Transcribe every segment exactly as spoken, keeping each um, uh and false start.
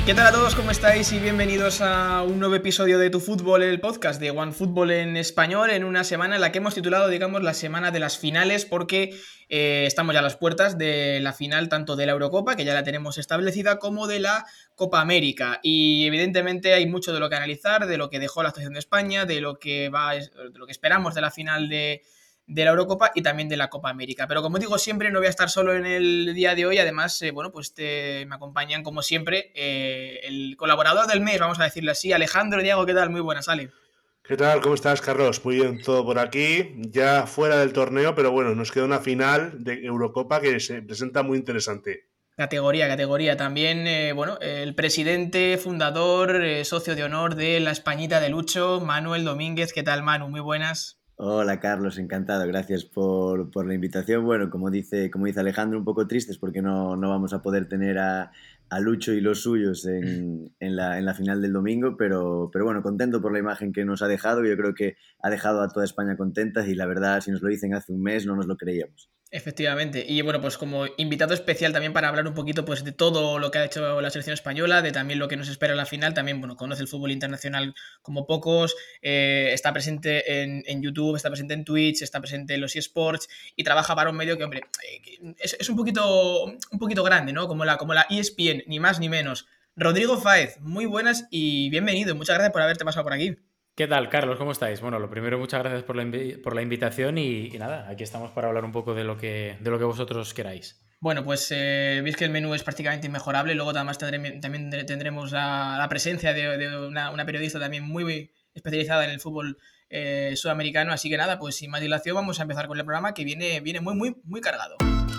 ¿Qué tal a todos? ¿Cómo estáis? Y bienvenidos a un nuevo episodio de Tu Fútbol, el podcast de OneFootball en español, en una semana en la que hemos titulado, digamos, la semana de las finales, porque eh, estamos ya a las puertas de la final tanto de la Eurocopa, que ya la tenemos establecida, como de la Copa América. Y evidentemente hay mucho de lo que analizar, de lo que dejó la actuación de España, de lo que va, de lo que esperamos de la final de de la Eurocopa y también de la Copa América. Pero como digo siempre, no voy a estar solo en el día de hoy. Además, eh, bueno, pues te, me acompañan como siempre eh, el colaborador del mes, vamos a decirlo así, Alejandro. Diego, ¿qué tal? Muy buenas, Ale. ¿Qué tal? ¿Cómo estás, Carlos? Muy bien, todo por aquí, ya fuera del torneo, pero bueno, nos queda una final de Eurocopa que se presenta muy interesante. Categoría, categoría. También, eh, bueno, el presidente, fundador, eh, socio de honor de la Españita de Lucho, Manuel Domínguez. ¿Qué tal, Manu? Muy buenas. Hola Carlos, encantado, gracias por, por la invitación. Bueno, como dice, como dice Alejandro, un poco tristes porque no, no vamos a poder tener a, a Lucho y los suyos en, en, la, en la final del domingo, pero, pero bueno, contento por la imagen que nos ha dejado. Yo creo que ha dejado a toda España contenta y la verdad, si nos lo dicen hace un mes, no nos lo creíamos. Efectivamente, y bueno, pues como invitado especial también para hablar un poquito pues de todo lo que ha hecho la selección española, de también lo que nos espera en la final, también, bueno, conoce el fútbol internacional como pocos, eh, está presente en, en YouTube, está presente en Twitch, está presente en los eSports y trabaja para un medio que, hombre, eh, es, es un poquito un poquito grande, ¿no? Como la, como la E S P N, ni más ni menos. Rodrigo Fáez, muy buenas y bienvenido, muchas gracias por haberte pasado por aquí. ¿Qué tal, Carlos? ¿Cómo estáis? Bueno, lo primero, muchas gracias por la, invi- por la invitación y, y nada, aquí estamos para hablar un poco de lo que, de lo que vosotros queráis. Bueno, pues eh, veis que el menú es prácticamente inmejorable. Luego además tendré, también tendremos la, la presencia de, de una, una, periodista también muy especializada en el fútbol eh, sudamericano. Así que nada, pues sin más dilación vamos a empezar con el programa que viene, viene muy, muy, muy cargado.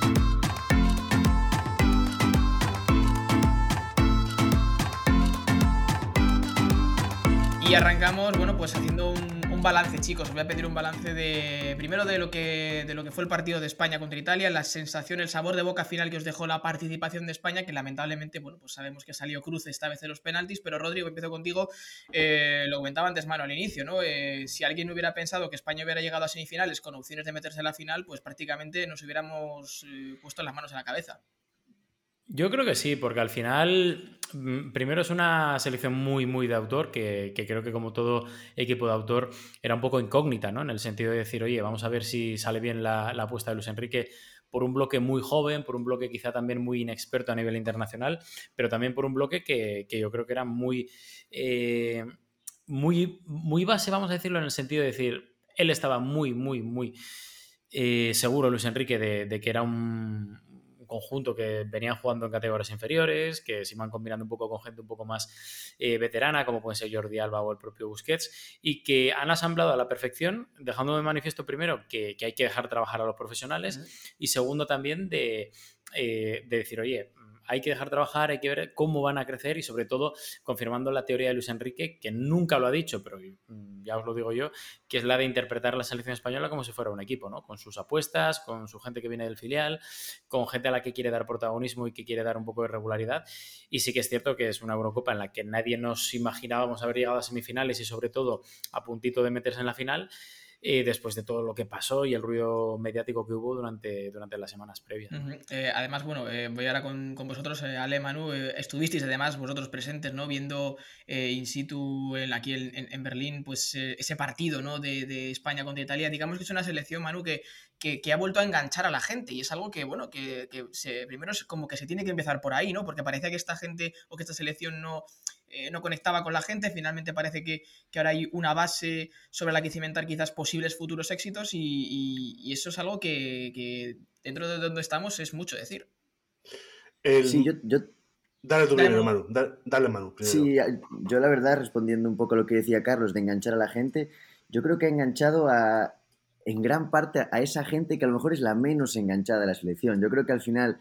Y arrancamos, bueno, pues haciendo un, un balance, chicos. Os voy a pedir un balance de primero de lo que de lo que fue el partido de España contra Italia, la sensación, el sabor de boca final que os dejó la participación de España, que lamentablemente, bueno, pues sabemos que salió cruz esta vez en los penaltis, pero Rodrigo, empiezo contigo. Eh, lo comentaba antes Manu al inicio, ¿no? Eh, si alguien hubiera pensado que España hubiera llegado a semifinales con opciones de meterse en la final, pues prácticamente nos hubiéramos eh, puesto las manos en la cabeza. Yo creo que sí, porque al final, primero es una selección muy, muy de autor, que, que creo que como todo equipo de autor era un poco incógnita, ¿no? En el sentido de decir, oye, vamos a ver si sale bien la, la apuesta de Luis Enrique por un bloque muy joven, por un bloque quizá también muy inexperto a nivel internacional, pero también por un bloque que, que yo creo que era muy, eh, muy, muy base, vamos a decirlo, en el sentido de decir, él estaba muy, muy, muy eh, seguro, Luis Enrique, de, de que era un conjunto que venían jugando en categorías inferiores, que se iban combinando un poco con gente un poco más eh, veterana, como pueden ser Jordi Alba o el propio Busquets, y que han asamblado a la perfección, dejando de manifiesto primero que, que hay que dejar trabajar a los profesionales, uh-huh. y segundo también de, eh, de decir, oye, hay que dejar trabajar, hay que ver cómo van a crecer y sobre todo confirmando la teoría de Luis Enrique, que nunca lo ha dicho, pero ya os lo digo yo, que es la de interpretar la selección española como si fuera un equipo, ¿no? Con sus apuestas, con su gente que viene del filial, con gente a la que quiere dar protagonismo y que quiere dar un poco de regularidad. Y sí que es cierto que es una Eurocopa en la que nadie nos imaginábamos haber llegado a semifinales y sobre todo a puntito de meterse en la final, eh, después de todo lo que pasó y el ruido mediático que hubo durante, durante las semanas previas. Uh-huh. Eh, además, bueno, eh, voy ahora con, con vosotros, eh, Ale, Manu, eh, estuvisteis además vosotros presentes, ¿no? Viendo eh, in situ en, aquí en, en Berlín, pues eh, ese partido, ¿no? De, de España contra Italia. Digamos que es una selección, Manu, que, que, que ha vuelto a enganchar a la gente y es algo que, bueno, que, que se, primero es como que se tiene que empezar por ahí, ¿no? Porque parece que esta gente o que esta selección no... Eh, no conectaba con la gente, finalmente parece que, que ahora hay una base sobre la que cimentar quizás posibles futuros éxitos y, y, y eso es algo que, que dentro de donde estamos es mucho decir. El... Sí, yo, yo... Dale tú dale, primero, Manu. Dale, dale Manu. Primero. Sí, yo la verdad, respondiendo un poco a lo que decía Carlos, de enganchar a la gente, yo creo que ha enganchado a, en gran parte a esa gente que a lo mejor es la menos enganchada de la selección. Yo creo que al final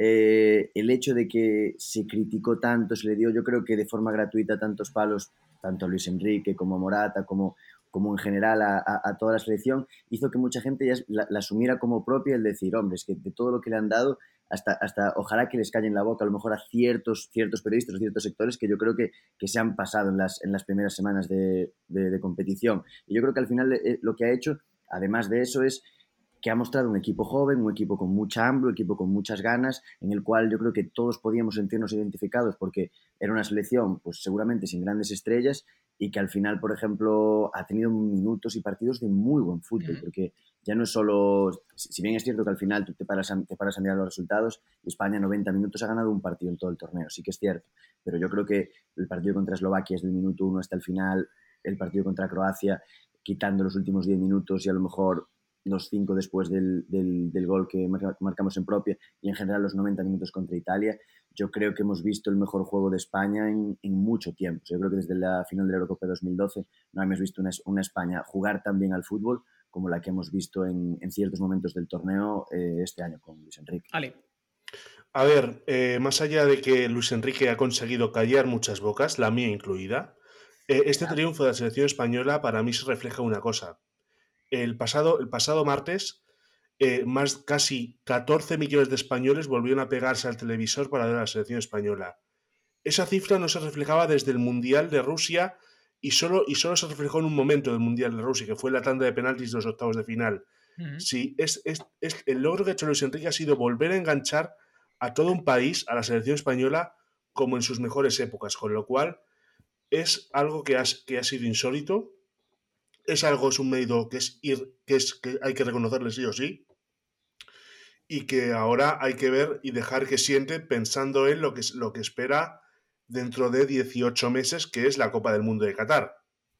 eh, el hecho de que se criticó tanto, se le dio yo creo que de forma gratuita tantos palos, tanto a Luis Enrique como a Morata, como, como en general a, a, a toda la selección, hizo que mucha gente ya la, la asumiera como propia, el decir, hombre, es que de todo lo que le han dado, hasta, hasta ojalá que les calle en la boca a lo mejor a ciertos, ciertos periodistas, ciertos sectores que yo creo que, que se han pasado en las, en las primeras semanas de, de, de competición. Y yo creo que al final eh, lo que ha hecho, además de eso, es que ha mostrado un equipo joven, un equipo con mucha hambre, un equipo con muchas ganas, en el cual yo creo que todos podíamos sentirnos identificados porque era una selección, pues seguramente sin grandes estrellas y que al final, por ejemplo, ha tenido minutos y partidos de muy buen fútbol, uh-huh. porque ya no es solo, si bien es cierto que al final tú te paras, a, te paras a mirar los resultados, España noventa minutos ha ganado un partido en todo el torneo, sí que es cierto, pero yo creo que el partido contra Eslovaquia es del minuto uno hasta el final, el partido contra Croacia, quitando los últimos diez minutos y a lo mejor los cinco después del, del, del gol que marcamos en propia y en general los noventa minutos contra Italia, yo creo que hemos visto el mejor juego de España en, en mucho tiempo. O sea, yo creo que desde la final de la Eurocopa dos mil doce no hemos visto una, una España jugar tan bien al fútbol como la que hemos visto en, en ciertos momentos del torneo eh, este año con Luis Enrique. Ale. A ver, eh, más allá de que Luis Enrique ha conseguido callar muchas bocas, la mía incluida, eh, este claro. triunfo de la selección española para mí se refleja una cosa. El pasado, el pasado martes, eh, más casi catorce millones de españoles volvieron a pegarse al televisor para ver a la selección española. Esa cifra no se reflejaba desde el Mundial de Rusia y solo, y solo se reflejó en un momento del Mundial de Rusia, que fue la tanda de penaltis de los octavos de final. Uh-huh. Sí, es, es, es, el logro que ha hecho Luis Enrique ha sido volver a enganchar a todo un país, a la selección española, como en sus mejores épocas, con lo cual es algo que ha, que ha sido insólito. Es algo, es un mérito que es ir, que es que hay que reconocerle sí o sí, y que ahora hay que ver y dejar que siente pensando en lo que, lo que espera dentro de dieciocho meses, que es la Copa del Mundo de Qatar.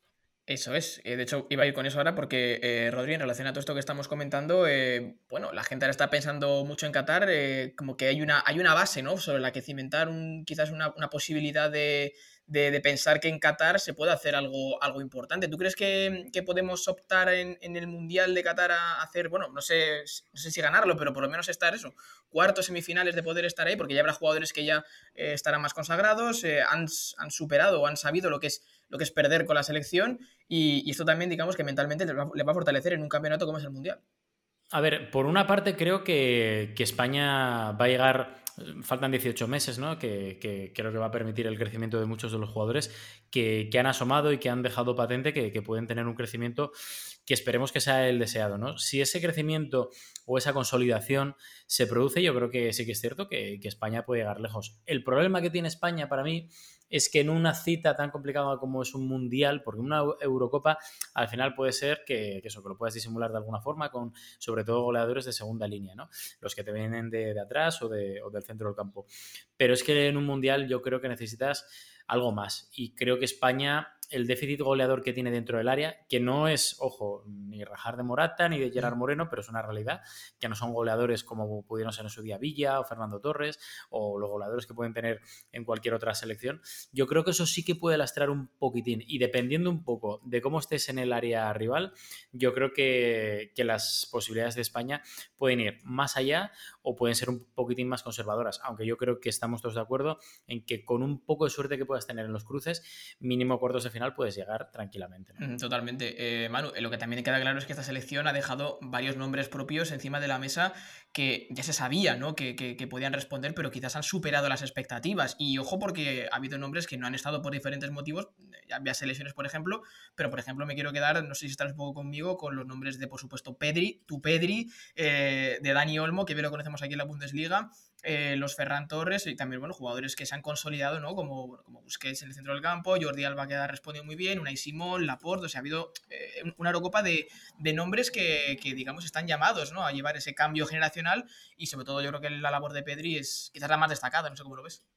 Eso es, de hecho iba a ir con eso ahora porque eh, Rodri, en relación a todo esto que estamos comentando, eh, bueno, la gente ahora está pensando mucho en Qatar, eh, como que hay una, hay una base, ¿no?, sobre la que cimentar un, quizás una, una posibilidad de, de, de pensar que en Qatar se puede hacer algo, algo importante. ¿Tú crees que, que podemos optar en, en el Mundial de Qatar a hacer, bueno, no sé, no sé si ganarlo, pero por lo menos estar eso, cuartos, semifinales, de poder estar ahí, porque ya habrá jugadores que ya eh, estarán más consagrados, eh, han, han superado o han sabido lo que es lo que es perder con la selección y, y esto también, digamos, que mentalmente les va, les va a fortalecer en un campeonato como es el Mundial. A ver, por una parte creo que, que España va a llegar, faltan dieciocho meses, ¿no?, que, que creo que va a permitir el crecimiento de muchos de los jugadores que, que han asomado y que han dejado patente que, que pueden tener un crecimiento que esperemos que sea el deseado, ¿no? Si ese crecimiento o esa consolidación se produce, yo creo que sí que es cierto que, que España puede llegar lejos. El problema que tiene España para mí es que en una cita tan complicada como es un Mundial, porque una Eurocopa al final puede ser que, que eso, que lo puedas disimular de alguna forma con sobre todo goleadores de segunda línea, ¿no?, los que te vienen de, de atrás o, de, o del centro del campo. Pero es que en un Mundial yo creo que necesitas algo más y creo que España, el déficit goleador que tiene dentro del área, que no es, ojo, ni rajar de Morata ni de Gerard Moreno, pero es una realidad, que no son goleadores como pudieron ser en su día Villa o Fernando Torres o los goleadores que pueden tener en cualquier otra selección. Yo creo que eso sí que puede lastrar un poquitín y dependiendo un poco de cómo estés en el área rival, yo creo que, que las posibilidades de España pueden ir más allá o pueden ser un poquitín más conservadoras, aunque yo creo que estamos todos de acuerdo en que con un poco de suerte que puedas tener en los cruces, mínimo cuartos de final puedes llegar tranquilamente, ¿no? Totalmente. Eh, Manu, lo que también queda claro es que esta selección ha dejado varios nombres propios encima de la mesa que ya se sabía, ¿no?, que, que, que podían responder, pero quizás han superado las expectativas. Y ojo, porque ha habido nombres que no han estado por diferentes motivos, ya había selecciones, por ejemplo, pero por ejemplo me quiero quedar, no sé si estás un poco conmigo, con los nombres de, por supuesto, Pedri, tu Pedri, eh, de Dani Olmo, que bien lo conocemos aquí en la Bundesliga, Eh, los Ferran Torres y también, bueno, jugadores que se han consolidado, ¿no?, como, bueno, como Busquets en el centro del campo, Jordi Alba, que ha respondido muy bien, Unai Simón, Laporte. O sea, ha habido eh, una Eurocopa de, de nombres que, que, digamos, están llamados, ¿no?, a llevar ese cambio generacional y sobre todo yo creo que la labor de Pedri es quizás la más destacada, no sé cómo lo ves.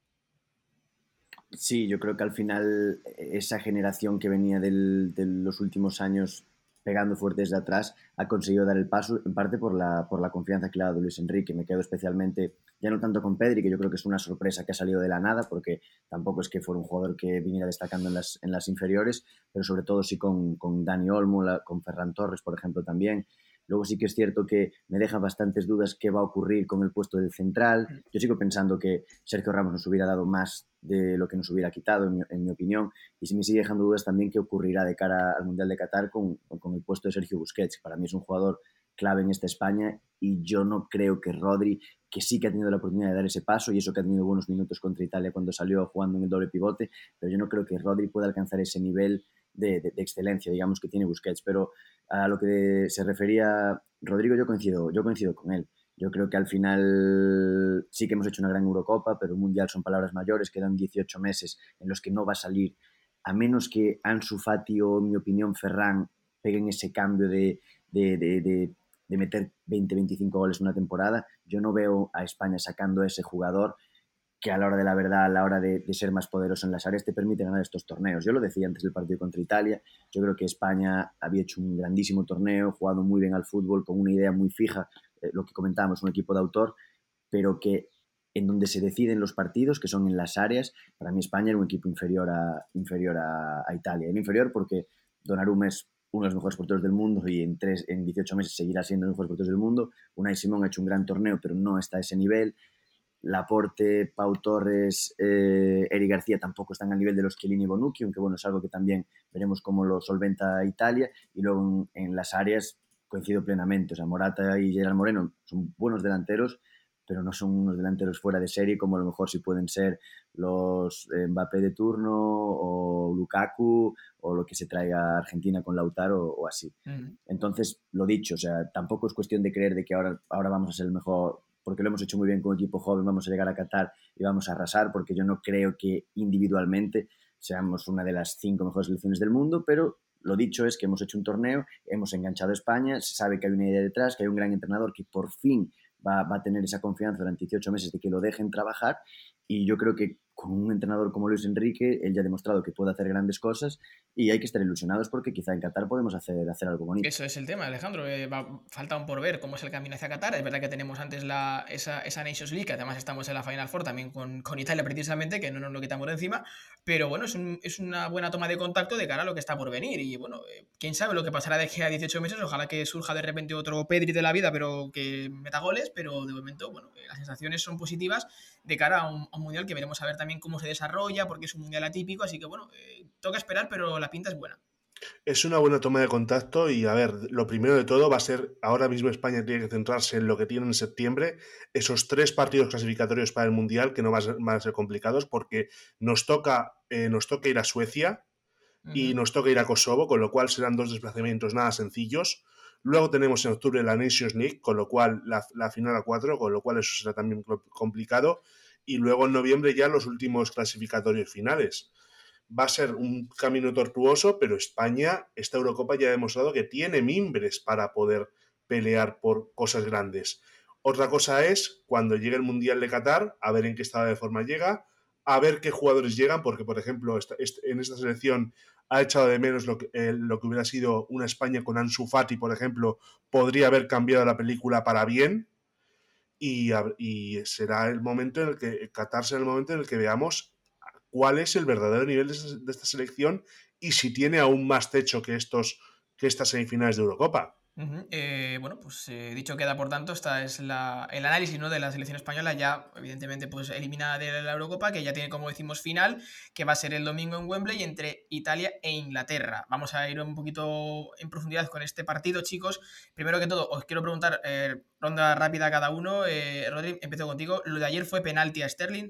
Sí, yo creo que al final esa generación que venía del, de los últimos años pegando fuerte desde atrás, ha conseguido dar el paso, en parte por la, por la confianza que le ha dado Luis Enrique. Me quedo especialmente, ya no tanto con Pedri, que yo creo que es una sorpresa que ha salido de la nada, porque tampoco es que fuera un jugador que viniera destacando en las, en las inferiores, pero sobre todo sí con, con Dani Olmo, la, con Ferran Torres, por ejemplo, también. Luego sí que es cierto que me deja bastantes dudas qué va a ocurrir con el puesto del central. Yo sigo pensando que Sergio Ramos nos hubiera dado más de lo que nos hubiera quitado, en mi, en mi opinión. Y sí me sigue dejando dudas también qué ocurrirá de cara al Mundial de Qatar con, con el puesto de Sergio Busquets, que para mí es un jugador clave en esta España, y yo no creo que Rodri, que sí que ha tenido la oportunidad de dar ese paso, y eso que ha tenido buenos minutos contra Italia cuando salió jugando en el doble pivote, pero yo no creo que Rodri pueda alcanzar ese nivel de, de, de excelencia, digamos, que tiene Busquets. Pero a lo que se refería Rodrigo, yo coincido, yo coincido con él. Yo creo que al final sí que hemos hecho una gran Eurocopa, pero un Mundial son palabras mayores, quedan dieciocho meses en los que no va a salir, a menos que Ansu Fati o, en mi opinión, Ferran peguen ese cambio de, de, de, de, de meter veinte veinticinco goles en una temporada. Yo no veo a España sacando a ese jugador que a la hora de la verdad, a la hora de, de ser más poderoso en las áreas, te permite ganar estos torneos. Yo lo decía antes del partido contra Italia, yo creo que España había hecho un grandísimo torneo, jugado muy bien al fútbol, con una idea muy fija, eh, lo que comentábamos, un equipo de autor, pero que en donde se deciden los partidos, que son en las áreas, para mí España era un equipo inferior a, inferior a, a Italia. Era inferior porque Donnarumma es uno de los mejores porteros del mundo y en, tres, en dieciocho meses seguirá siendo uno de los mejores porteros del mundo. Unai Simón ha hecho un gran torneo, pero no está a ese nivel. Laporte, Pau Torres, eh, Eric García tampoco están al nivel de los Chiellini y Bonucci, aunque bueno, es algo que también veremos cómo lo solventa Italia. Y luego en, en las áreas coincido plenamente, o sea, Morata y Gerard Moreno son buenos delanteros, pero no son unos delanteros fuera de serie como a lo mejor sí pueden ser los eh, Mbappé de turno o Lukaku o lo que se traiga a Argentina con Lautaro o, o así. Mm. Entonces, lo dicho, o sea, tampoco es cuestión de creer de que ahora, ahora vamos a ser el mejor, porque lo hemos hecho muy bien con un equipo joven, vamos a llegar a Qatar y vamos a arrasar, porque yo no creo que individualmente seamos una de las cinco mejores selecciones del mundo, pero lo dicho es que hemos hecho un torneo, hemos enganchado a España, se sabe que hay una idea detrás, que hay un gran entrenador que por fin va, va a tener esa confianza durante dieciocho meses de que lo dejen trabajar, y yo creo que con un entrenador como Luis Enrique, él ya ha demostrado que puede hacer grandes cosas y hay que estar ilusionados porque quizá en Qatar podemos hacer, hacer algo bonito. Eso es el tema, Alejandro. Eh, va, falta un por ver cómo es el camino hacia Qatar. Es verdad que tenemos antes la, esa, esa Nations League, que además estamos en la Final Four también con, con Italia precisamente, que no nos lo quitamos de encima, pero bueno, es, un, es una buena toma de contacto de cara a lo que está por venir y bueno, eh, quién sabe lo que pasará de aquí a dieciocho meses. Ojalá que surja de repente otro Pedri de la vida, pero que meta goles, pero de momento, bueno, eh, las sensaciones son positivas de cara a un, a un mundial que veremos a ver también cómo se desarrolla, porque es un mundial atípico, así que bueno, eh, toca esperar, pero la pinta es buena. Es una buena toma de contacto y, a ver, lo primero de todo va a ser, ahora mismo España tiene que centrarse en lo que tiene en septiembre, esos tres partidos clasificatorios para el Mundial, que no van a ser, van a ser complicados, porque nos toca, eh, nos toca ir a Suecia uh-huh. y nos toca ir a Kosovo, con lo cual serán dos desplazamientos nada sencillos. Luego tenemos en octubre la Nations League, con lo cual la, la final a cuatro, con lo cual eso será también complicado. Y luego en noviembre ya los últimos clasificatorios finales. Va a ser un camino tortuoso, pero España, esta Eurocopa ya ha demostrado que tiene mimbres para poder pelear por cosas grandes. Otra cosa es, cuando llegue el Mundial de Qatar, a ver en qué estado de forma llega, a ver qué jugadores llegan, porque, por ejemplo, esta, este, en esta selección ha echado de menos lo que, eh, lo que hubiera sido una España con Ansu Fati, por ejemplo, podría haber cambiado la película para bien, y, y será el momento en el que, Qatar será el momento en el que veamos cuál es el verdadero nivel de esta selección y si tiene aún más techo que, estos, que estas semifinales de Eurocopa. Uh-huh. Eh, bueno, pues eh, dicho queda, por tanto, esta es la, el análisis, ¿no?, de la selección española, ya evidentemente pues eliminada de la Eurocopa, que ya tiene, como decimos, final, que va a ser el domingo en Wembley entre Italia e Inglaterra. Vamos a ir un poquito en profundidad con este partido, chicos. Primero que todo, os quiero preguntar, eh, ronda rápida a cada uno. eh, Rodri, empiezo contigo. ¿Lo de ayer fue penalti a Sterling?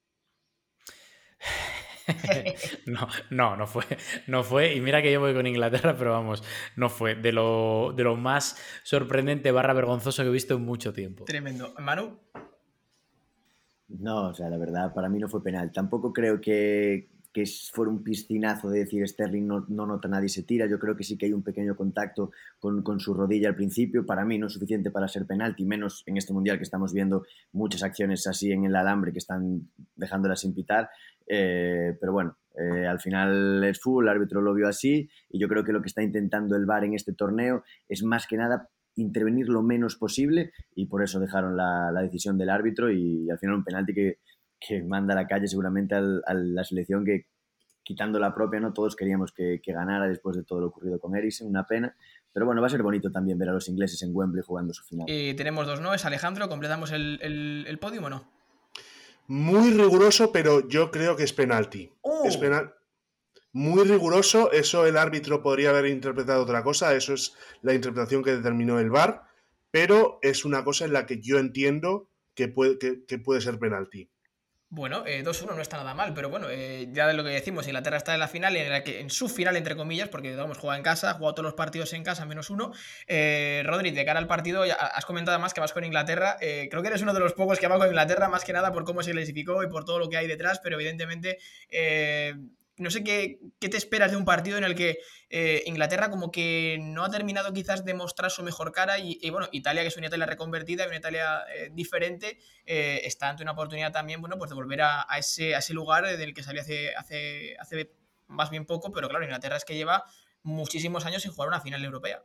no, no, no fue, no fue, y mira que yo voy con Inglaterra, pero vamos, no fue de lo, de lo más sorprendente barra vergonzoso que he visto en mucho tiempo. Tremendo. ¿Manu? No, o sea, la verdad, para mí no fue penal. Tampoco creo que, que fuera un piscinazo de decir Sterling no, no nota nadie se tira. Yo creo que sí que hay un pequeño contacto con, con su rodilla al principio. Para mí no es suficiente para ser penalti, menos en este mundial que estamos viendo muchas acciones así en el alambre que están dejándolas sin pitar. Eh, pero bueno, eh, al final es fútbol, el árbitro lo vio así y yo creo que lo que está intentando el V A R en este torneo es más que nada intervenir lo menos posible y por eso dejaron la, la decisión del árbitro y, y al final un penalti que, que manda a la calle seguramente al, a la selección que, quitando la propia, no todos queríamos que, que ganara después de todo lo ocurrido con Eriksen, una pena, pero bueno, va a ser bonito también ver a los ingleses en Wembley jugando su final. Eh, tenemos dos noes, Alejandro, ¿completamos el, el, el podio o no? Muy riguroso, pero yo creo que es penalti. Oh. Es penal... Muy riguroso, eso el árbitro podría haber interpretado otra cosa, eso es la interpretación que determinó el V A R, pero es una cosa en la que yo entiendo que puede, que, que puede ser penalti. Bueno, eh, dos uno no está nada mal, pero bueno, eh, ya de lo que decimos, Inglaterra está en la final, en la que en su final, entre comillas, porque vamos, juega en casa, ha jugado todos los partidos en casa, menos uno. Eh, Rodri, de cara al partido, ya has comentado más que vas con Inglaterra. Eh, creo que eres uno de los pocos que va con Inglaterra, más que nada por cómo se clasificó y por todo lo que hay detrás, pero evidentemente... Eh, no sé qué, qué te esperas de un partido en el que eh, Inglaterra como que no ha terminado quizás de mostrar su mejor cara y, y bueno, Italia, que es una Italia reconvertida, una Italia eh, diferente, eh, está ante una oportunidad también, bueno, pues de volver a, a, ese, a ese lugar del que salió hace, hace, hace más bien poco, pero claro, Inglaterra es que lleva muchísimos años sin jugar una final europea.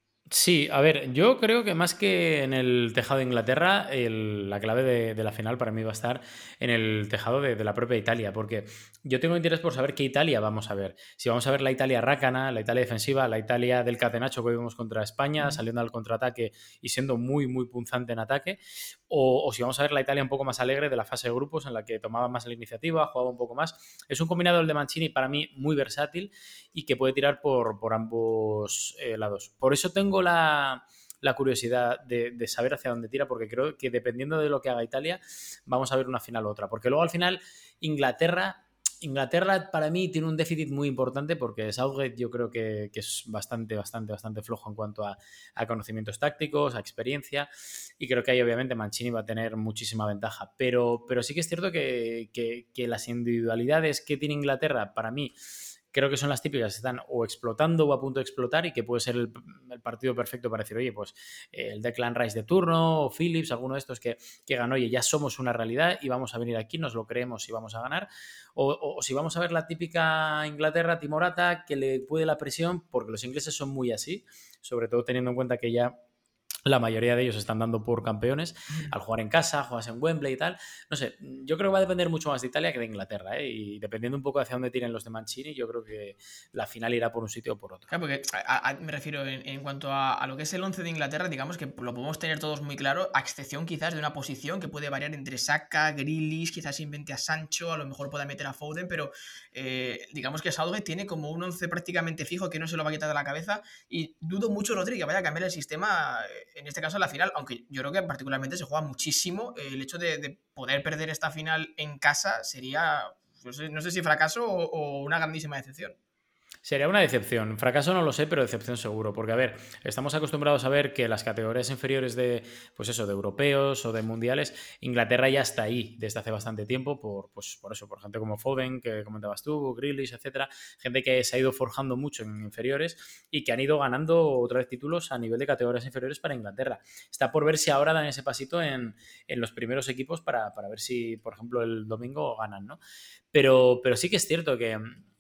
Sí, a ver, yo creo que más que en el tejado de Inglaterra, el- la clave de, de la final para mí va a estar en el tejado de, de la propia Italia, porque yo tengo interés por saber qué Italia vamos a ver. Si vamos a ver la Italia rácana, la Italia defensiva, la Italia del catenacho que vimos contra España, saliendo al contraataque y siendo muy, muy punzante en ataque, o, o si vamos a ver la Italia un poco más alegre de la fase de grupos, en la que tomaba más la iniciativa, jugaba un poco más. Es un combinado el de Mancini para mí muy versátil y que puede tirar por, por ambos eh, lados. Por eso tengo la, la curiosidad de, de saber hacia dónde tira, porque creo que dependiendo de lo que haga Italia, vamos a ver una final u otra. Porque luego al final Inglaterra... Inglaterra para mí tiene un déficit muy importante porque Southgate yo creo que, que es bastante, bastante, bastante flojo en cuanto a, a conocimientos tácticos, a experiencia, y creo que ahí obviamente Mancini va a tener muchísima ventaja. Pero, pero sí que es cierto que, que, que las individualidades que tiene Inglaterra para mí creo que son las típicas que están o explotando o a punto de explotar y que puede ser el, el partido perfecto para decir, oye, pues eh, el Declan Rice de turno o Phillips, alguno de estos que, que ganó, oye, ya somos una realidad y vamos a venir aquí, nos lo creemos y vamos a ganar. O, o, o si vamos a ver la típica Inglaterra timorata que le puede la presión, porque los ingleses son muy así, sobre todo teniendo en cuenta que ya la mayoría de ellos están dando por campeones al jugar en casa, juegas en Wembley y tal. No sé, yo creo que va a depender mucho más de Italia que de Inglaterra, ¿eh? Y dependiendo un poco hacia dónde tiren los de Mancini, yo creo que la final irá por un sitio o por otro. Claro, porque a, a, me refiero en, en cuanto a, a lo que es el once de Inglaterra, digamos que lo podemos tener todos muy claro, a excepción quizás de una posición que puede variar entre Saka, Grealish, quizás invente a Sancho, a lo mejor pueda meter a Foden, pero eh, digamos que Southgate tiene como un once prácticamente fijo que no se lo va a quitar de la cabeza y dudo mucho, Rodri, que vaya a cambiar el sistema, en este caso en la final, aunque yo creo que particularmente se juega muchísimo, eh, el hecho de, de poder perder esta final en casa sería, no sé, no sé si fracaso o, o una grandísima decepción. Sería una decepción. Fracaso no lo sé, pero decepción seguro. Porque, a ver, estamos acostumbrados a ver que las categorías inferiores de, pues eso, de europeos o de mundiales, Inglaterra ya está ahí desde hace bastante tiempo, por, pues, por eso, por gente como Foden, que comentabas tú, Grealish, etcétera. Gente que se ha ido forjando mucho en inferiores y que han ido ganando otra vez títulos a nivel de categorías inferiores para Inglaterra. Está por ver si ahora dan ese pasito en, en los primeros equipos para, para ver si, por ejemplo, el domingo ganan, ¿no? Pero, pero sí que es cierto que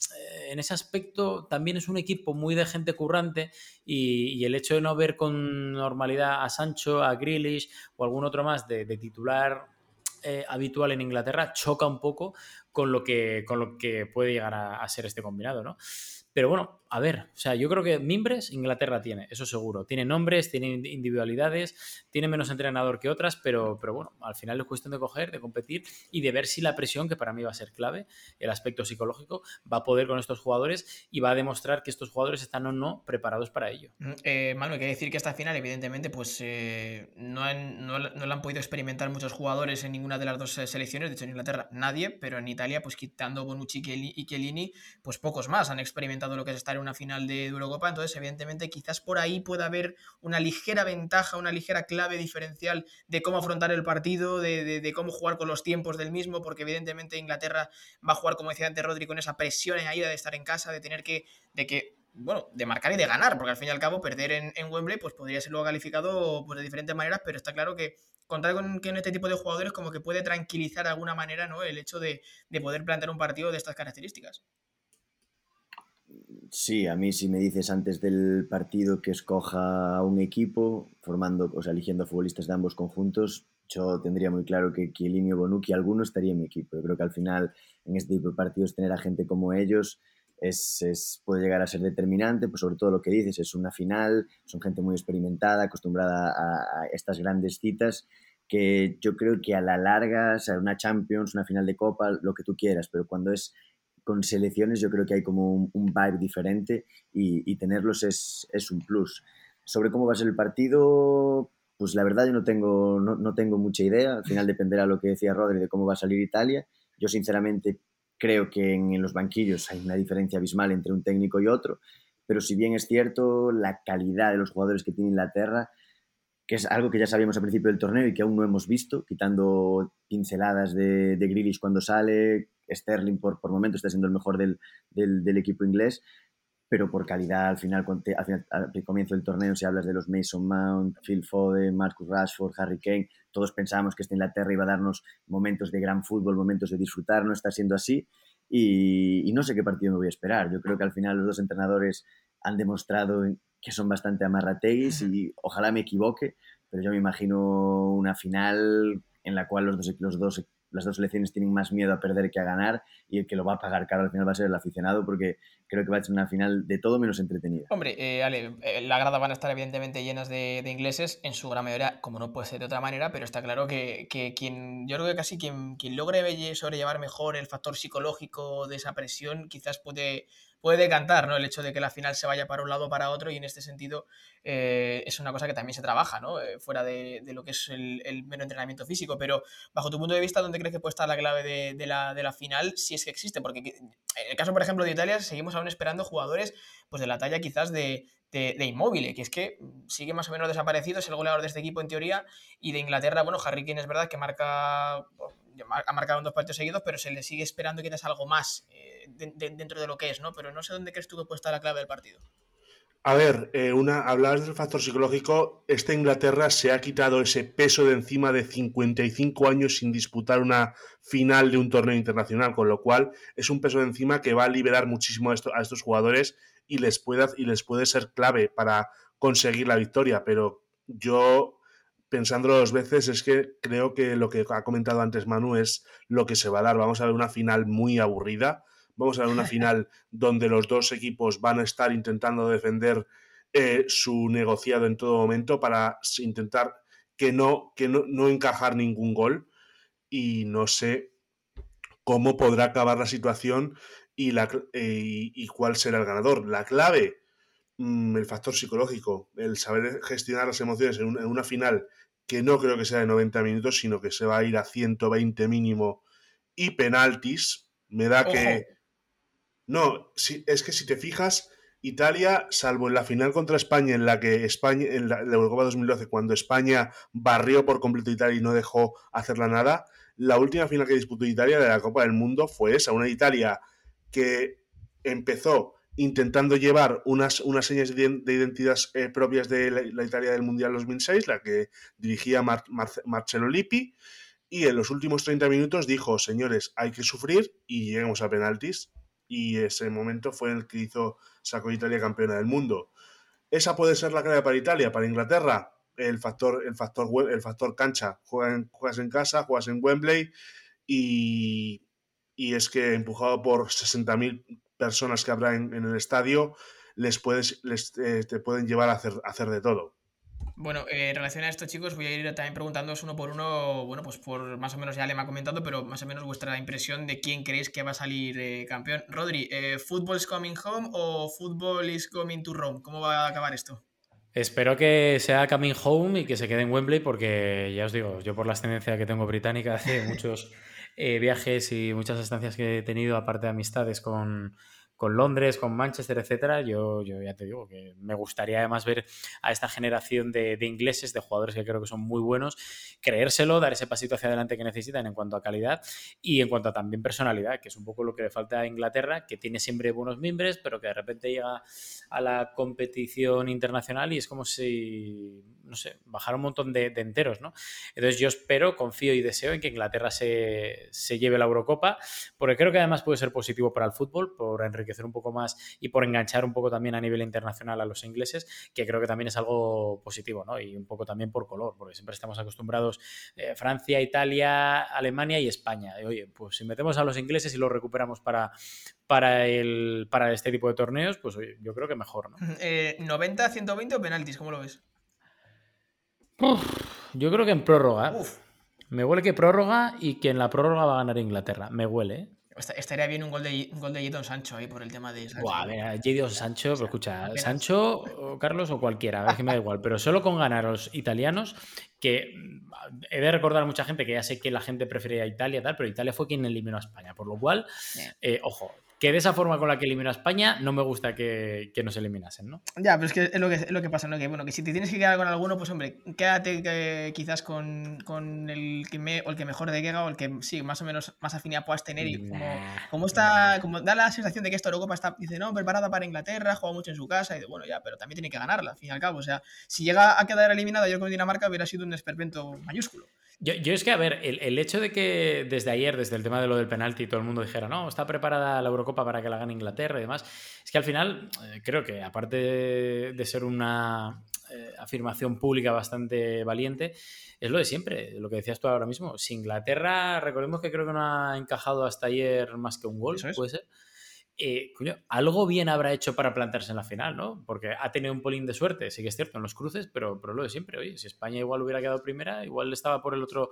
en ese aspecto también es un equipo muy de gente currante y, y el hecho de no ver con normalidad a Sancho, a Grealish o algún otro más de, de titular eh, habitual en Inglaterra choca un poco con lo que, con lo que puede llegar a, a ser este combinado, ¿no? Pero bueno, a ver, o sea, yo creo que mimbres Inglaterra tiene, eso seguro. Tiene nombres, tiene individualidades, tiene menos entrenador que otras, pero, pero bueno, al final es cuestión de coger, de competir y de ver si la presión, que para mí va a ser clave, el aspecto psicológico, va a poder con estos jugadores y va a demostrar que estos jugadores están o no preparados para ello. Eh, Manu, hay que decir que esta final, evidentemente, pues eh, no, han, no, no la han podido experimentar muchos jugadores en ninguna de las dos selecciones. De hecho, en Inglaterra nadie, pero en Italia, pues quitando Bonucci y Chiellini, pues pocos más han experimentado lo que es estar en una final de Eurocopa. Entonces, evidentemente, quizás por ahí pueda haber una ligera ventaja, una ligera clave diferencial de cómo afrontar el partido, de, de, de cómo jugar con los tiempos del mismo, porque evidentemente Inglaterra va a jugar, como decía antes Rodri, con esa presión en ida de estar en casa, de tener que, de que bueno, de marcar y de ganar, porque al fin y al cabo perder en, en Wembley pues podría ser luego calificado pues, de diferentes maneras, pero está claro que contar con, con este tipo de jugadores como que puede tranquilizar de alguna manera, ¿no?, el hecho de, de poder plantear un partido de estas características. Sí, a mí si me dices antes del partido que escoja un equipo, formando, o sea, eligiendo futbolistas de ambos conjuntos, yo tendría muy claro que Chiellini o Bonucci, alguno estaría en mi equipo. Yo creo que al final, en este tipo de partidos, tener a gente como ellos es, es, puede llegar a ser determinante, pues sobre todo lo que dices, es una final, son gente muy experimentada, acostumbrada a, a estas grandes citas, que yo creo que a la larga, o sea, una Champions, una final de Copa, lo que tú quieras, pero cuando es con selecciones yo creo que hay como un, un vibe diferente y, y tenerlos es, es un plus. Sobre cómo va a ser el partido, pues la verdad yo no tengo, no, no tengo mucha idea, al final dependerá lo que decía Rodri de cómo va a salir Italia, Yo sinceramente creo que en, en los banquillos hay una diferencia abismal entre un técnico y otro, pero si bien es cierto, la calidad de los jugadores que tiene Inglaterra, que es algo que ya sabíamos al principio del torneo y que aún no hemos visto, quitando pinceladas de, de Grealish cuando sale, Sterling por, por momentos está siendo el mejor del, del, del equipo inglés, pero por calidad al final, al final, al comienzo del torneo, si hablas de los Mason Mount, Phil Foden, Marcus Rashford, Harry Kane, todos pensábamos que esta Inglaterra iba a darnos momentos de gran fútbol, momentos de disfrutar, no está siendo así, y, y no sé qué partido me voy a esperar. Yo creo que al final los dos entrenadores han demostrado que son bastante amarrateguis y ojalá me equivoque, pero yo me imagino una final en la cual los dos, los dos las dos selecciones tienen más miedo a perder que a ganar, y el que lo va a pagar caro al final va a ser el aficionado, porque creo que va a ser una final de todo menos entretenida. Hombre, eh, Ale, eh, las gradas van a estar evidentemente llenas de, de ingleses, en su gran mayoría, como no puede ser de otra manera, pero está claro que, que quien, yo creo que casi quien, quien logre sobrellevar mejor el factor psicológico de esa presión, quizás puede, puede decantar, ¿no? El hecho de que la final se vaya para un lado o para otro, y en este sentido eh, es una cosa que también se trabaja, ¿no? Eh, fuera de, de lo que es el, el mero entrenamiento físico. Pero bajo tu punto de vista, ¿dónde crees que puede estar la clave de, de, la, de la final, si es que existe? Porque en el caso, por ejemplo, de Italia, seguimos aún esperando jugadores pues de la talla quizás de, de, de Immobile, que es que sigue más o menos desaparecido, es el goleador de este equipo en teoría, y de Inglaterra, bueno, Harry Kane es verdad que marca, ha marcado en dos partidos seguidos, pero se le sigue esperando quizás algo más eh, de, de, dentro de lo que es, ¿no? Pero no sé dónde crees tú que puede estar la clave del partido. A ver, eh, una, hablabas del factor psicológico. Esta Inglaterra se ha quitado ese peso de encima de cincuenta y cinco años sin disputar una final de un torneo internacional, con lo cual es un peso de encima que va a liberar muchísimo a, esto, a estos jugadores y les, puede, y les puede ser clave para conseguir la victoria. Pero yo, pensándolo dos veces, es que creo que lo que ha comentado antes Manu es lo que se va a dar. Vamos a ver una final muy aburrida. Vamos a ver una final donde los dos equipos van a estar intentando defender eh, su negociado en todo momento para intentar que no, que no, no encajar ningún gol, y no sé cómo podrá acabar la situación y, la, eh, y cuál será el ganador. La clave, mmm, el factor psicológico, el saber gestionar las emociones en una, en una final que no creo que sea de noventa minutos, sino que se va a ir a ciento veinte mínimo y penaltis. Me da Ojo. que... No, si, es que si te fijas, Italia, salvo en la final contra España, en la que España, en la, la Eurocopa dos mil doce, cuando España barrió por completo a Italia y no dejó hacerla nada, la última final que disputó Italia de la Copa del Mundo fue esa, una Italia que empezó intentando llevar unas, unas señas de identidad eh, propias de la, la Italia del Mundial dos mil seis, la que dirigía Mar, Mar, Marcello Lippi, y en los últimos treinta minutos dijo, señores, hay que sufrir y lleguemos a penaltis. Y ese momento fue el que hizo, sacó Italia campeona del mundo. Esa puede ser la clave para Italia. Para Inglaterra, el factor, el factor, el factor cancha. Juegas, juegas en casa, juegas en Wembley, y, y es que empujado por sesenta mil personas que habrá en, en el estadio, les puedes, les, eh, te pueden llevar a hacer, a hacer de todo. Bueno, eh, en relación a esto, chicos, voy a ir también preguntándoos uno por uno, bueno, pues por más o menos ya le me ha comentado, pero más o menos vuestra impresión de quién creéis que va a salir eh, campeón. Rodri, eh, ¿Football's coming home o Football is coming to Rome? ¿Cómo va a acabar esto? Espero que sea coming home y que se quede en Wembley, porque ya os digo, yo por la ascendencia que tengo británica hace muchos eh, viajes y muchas estancias que he tenido, aparte de amistades con... con Londres, con Manchester, etcétera, yo, yo ya te digo que me gustaría además ver a esta generación de, de ingleses, de jugadores que creo que son muy buenos, creérselo, dar ese pasito hacia adelante que necesitan en cuanto a calidad y en cuanto a también personalidad, que es un poco lo que le falta a Inglaterra, que tiene siempre buenos mimbres, pero que de repente llega a la competición internacional y es como si, no sé, bajara un montón de, de enteros, ¿no? Entonces yo espero, confío y deseo en que Inglaterra se, se lleve la Eurocopa, porque creo que además puede ser positivo para el fútbol, por enriquecer un poco más y por enganchar un poco también a nivel internacional a los ingleses, que creo que también es algo positivo, ¿no? Y un poco también por color, porque siempre estamos acostumbrados eh, Francia, Italia, Alemania y España. Y, oye, pues si metemos a los ingleses y los recuperamos para, para, el, para este tipo de torneos, pues oye, yo creo que mejor, ¿no? Eh, ¿noventa, ciento veinte o penaltis? ¿Cómo lo ves? Uf, yo creo que en prórroga. Uf. Me huele que prórroga y que en la prórroga va a ganar Inglaterra. Me huele, ¿eh? Estaría bien un gol de un gol de Jadon Sancho ahí por el tema de Sancho. Buah, mira, Jadon Sancho, pero escucha, Sancho o Carlos, o cualquiera, es que me da igual, pero solo con ganar a los italianos, que he de recordar a mucha gente que ya sé que la gente prefería a Italia, tal, pero Italia fue quien eliminó a España, por lo cual, eh, ojo, que de esa forma con la que eliminó a España no me gusta que, que nos eliminasen, ¿no? Ya, pero es que es lo que, es lo que pasa, ¿no? Que bueno, que si te tienes que quedar con alguno, pues hombre, quédate que, quizás con, con el que me, o el que mejor te queda, o el que sí, más o menos más afinidad puedas tener. Y como, como está, como da la sensación de que esta Eurocopa está, dice, no, preparada para Inglaterra, juega mucho en su casa, y dice, bueno, ya, pero también tiene que ganarla, al fin y al cabo. O sea, si llega a quedar eliminada ayer con Dinamarca, hubiera sido un esperpento mayúsculo. Yo, yo es que, a ver, el, el hecho de que desde ayer, desde el tema de lo del penalti, todo el mundo dijera, no, está preparada la Eurocopa para que la gane Inglaterra y demás, es que al final eh, creo que, aparte de, de ser una eh, afirmación pública bastante valiente, es lo de siempre, lo que decías tú ahora mismo. Si Inglaterra, recordemos que creo que no ha encajado hasta ayer más que un gol, Eso es. puede ser. Eh, coño, algo bien habrá hecho para plantarse en la final, ¿no? Porque ha tenido un polín de suerte, sí que es cierto, en los cruces, pero, pero lo de siempre. Oye, si España igual hubiera quedado primera, igual estaba por el otro,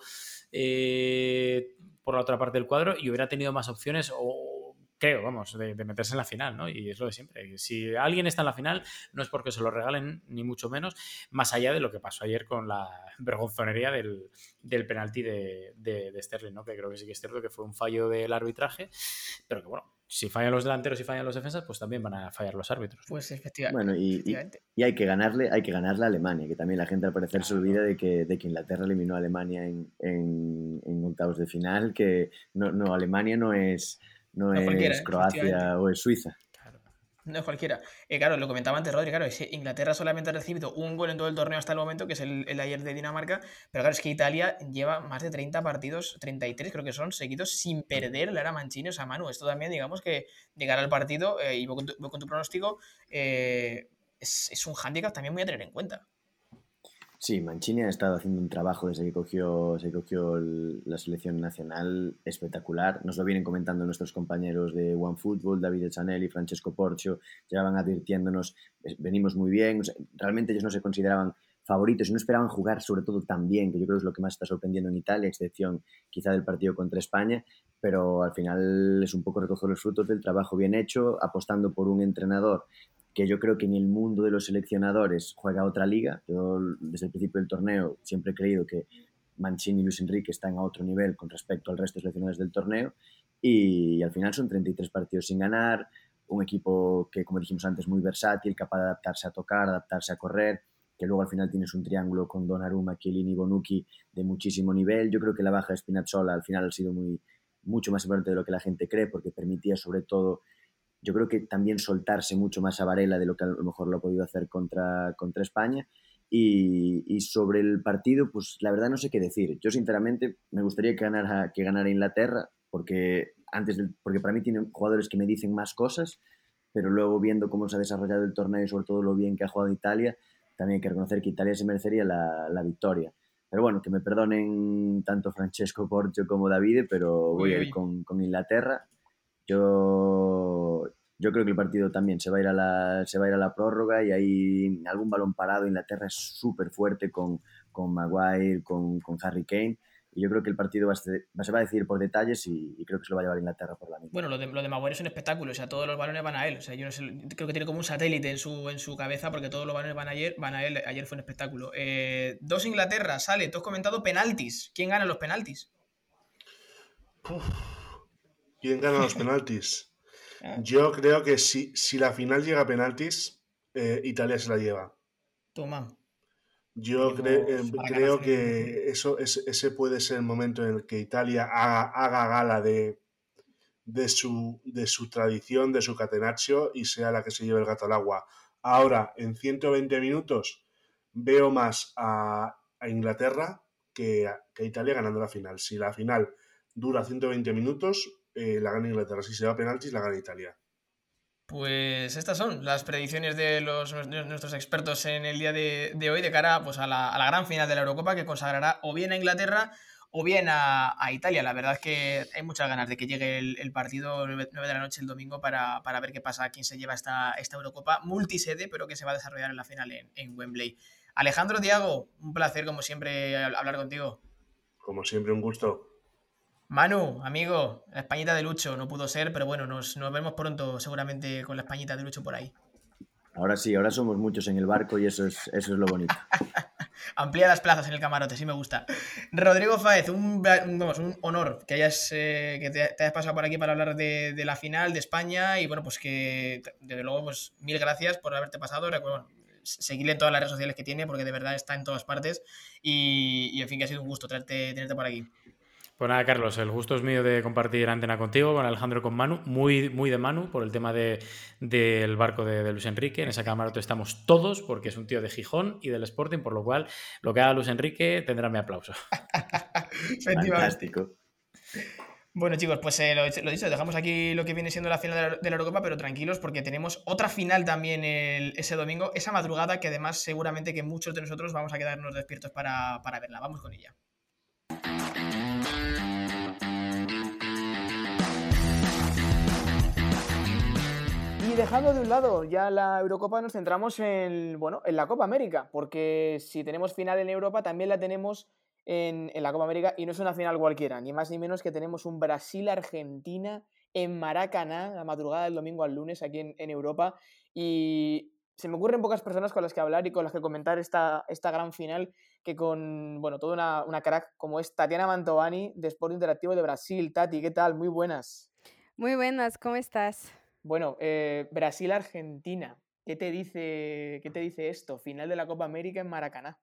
eh, por la otra parte del cuadro y hubiera tenido más opciones, o creo, vamos, de, de meterse en la final, ¿no? Y es lo de siempre. Si alguien está en la final, no es porque se lo regalen, ni mucho menos, más allá de lo que pasó ayer con la vergonzonería del, del penalti de, de, de Sterling, ¿no? Que creo que sí que es cierto que fue un fallo del arbitraje, pero que bueno, si fallan los delanteros y fallan los defensas, pues también van a fallar los árbitros. Pues efectivamente. Bueno, y, efectivamente. y, y hay que ganarle, hay que ganarle a Alemania, que también la gente al parecer Claro. se olvida de que, de que Inglaterra eliminó a Alemania en, en, en octavos de final, que no, no Alemania no es, no No es cualquiera, ¿eh? Croacia Efectivamente. o es Suiza. Claro. No es cualquiera. Eh, claro, lo comentaba antes Rodri, claro, es que Inglaterra solamente ha recibido un gol en todo el torneo hasta el momento, que es el, el ayer de Dinamarca, pero claro, es que Italia lleva más de treinta partidos, treinta y tres creo que son, seguidos sin perder la era Mancini. O sea, Manu, esto también, digamos que llegar al partido, eh, y voy con tu, voy con tu pronóstico, eh, es, es un hándicap también muy a tener en cuenta. Sí, Mancini ha estado haciendo un trabajo desde que cogió, se cogió el, la selección nacional espectacular. Nos lo vienen comentando nuestros compañeros de OneFootball, Davide Zanelli, Francesco Porcio, llevaban advirtiéndonos, venimos muy bien. O sea, realmente ellos no se consideraban favoritos y no esperaban jugar sobre todo tan bien, que yo creo que es lo que más está sorprendiendo en Italia, a excepción quizá del partido contra España, pero al final es un poco recoger los frutos del trabajo bien hecho, apostando por un entrenador que yo creo que en el mundo de los seleccionadores juega otra liga. Yo desde el principio del torneo siempre he creído que Mancini y Luis Enrique están a otro nivel con respecto al resto de seleccionadores del torneo, y al final son treinta y tres partidos sin ganar, un equipo que, como dijimos antes, muy versátil, capaz de adaptarse a tocar, adaptarse a correr, que luego al final tienes un triángulo con Donnarumma, Chiellini y Bonucci de muchísimo nivel. Yo creo que la baja de Spinazzola al final ha sido muy, mucho más importante de lo que la gente cree, porque permitía sobre todo, yo creo que también soltarse mucho más a Varela de lo que a lo mejor lo ha podido hacer contra, contra España. Y, y sobre el partido, pues la verdad no sé qué decir. Yo sinceramente me gustaría que ganara, que ganara Inglaterra, porque, antes del, porque para mí tienen jugadores que me dicen más cosas, pero luego viendo cómo se ha desarrollado el torneo y sobre todo lo bien que ha jugado Italia, también hay que reconocer que Italia se merecería la, la victoria. Pero bueno, que me perdonen tanto Francesco Porcio como Davide, pero voy uy, a ir con, con Inglaterra. Yo, yo creo que el partido también se va a ir a la, se va a ir a la prórroga, y hay algún balón parado. Inglaterra es súper fuerte con, con Maguire, con, con Harry Kane. Y yo creo que el partido va a ser, se va a decidir por detalles, y, y creo que se lo va a llevar Inglaterra por la mitad. Bueno, lo de, lo de Maguire es un espectáculo. O sea, todos los balones van a él. O sea, yo no sé, creo que tiene como un satélite en su, en su cabeza, porque todos los balones van a, ayer, van a él. Ayer fue un espectáculo. Eh, dos Inglaterra, sale. Tú has comentado penaltis. ¿Quién gana los penaltis? Uf. ¿Quién gana los penaltis? Yo creo que si, si la final llega a penaltis, eh, Italia se la lleva. Toma. Yo cre eh, creo que eso, ese, ese puede ser el momento en el que Italia haga, haga gala de, de, su, de su tradición, de su catenaccio, y sea la que se lleve el gato al agua. Ahora, en ciento veinte minutos, veo más a, a Inglaterra que a, que a Italia ganando la final. Si la final dura ciento veinte minutos, eh, la gana Inglaterra. Si se va a penaltis, la gana Italia. Pues estas son las predicciones de, los, de nuestros expertos en el día de, de hoy, de cara pues, a, la, a la gran final de la Eurocopa, que consagrará o bien a Inglaterra o bien a, a Italia. La verdad es que hay muchas ganas de que llegue el, el partido nueve de la noche el domingo para, para ver qué pasa, quién se lleva esta, esta Eurocopa multisede, pero que se va a desarrollar en la final en, en Wembley. Alejandro, Thiago, un placer como siempre hablar contigo. Como siempre, un gusto. Manu, amigo, la Españita de Lucho no pudo ser, pero bueno, nos, nos vemos pronto seguramente con la Españita de Lucho por ahí. Ahora sí, ahora somos muchos en el barco y eso es, eso es lo bonito. Amplía las plazas en el camarote, sí me gusta. Rodrigo Fáez, un, un, vamos, un honor que hayas eh, que te, te hayas pasado por aquí para hablar de, de la final de España y bueno, pues que desde luego, pues mil gracias por haberte pasado. Recuerdo, bueno, seguirle en todas las redes sociales que tiene porque de verdad está en todas partes y, y en fin, que ha sido un gusto tenerte, tenerte por aquí. Pues nada, Carlos, el gusto es mío de compartir antena contigo, con Alejandro y con Manu, muy, muy de Manu por el tema de, del barco de, de Luis Enrique. En esa camarote estamos todos porque es un tío de Gijón y del Sporting, por lo cual lo que haga Luis Enrique tendrá mi aplauso. Fantástico. Bueno, chicos, pues eh, lo, lo dicho, dejamos aquí lo que viene siendo la final de la, de la Eurocopa, pero tranquilos porque tenemos otra final también el, ese domingo, esa madrugada que además seguramente que muchos de nosotros vamos a quedarnos despiertos para, para verla. Vamos con ella. Y dejando de un lado ya la Eurocopa, nos centramos en, bueno, en la Copa América, porque si tenemos final en Europa, también la tenemos en, en la Copa América, y no es una final cualquiera, ni más ni menos que tenemos un Brasil-Argentina en Maracaná, la madrugada del domingo al lunes, aquí en, en Europa, y se me ocurren pocas personas con las que hablar y con las que comentar esta, esta gran final, que con, bueno, toda una, una crack como es Tatiana Mantovani, de Sport Interactivo de Brasil. Tati, ¿qué tal? Muy buenas. Muy buenas, ¿cómo estás? Bueno, eh, Brasil-Argentina, ¿qué te dice, qué te dice esto? Final de la Copa América en Maracaná.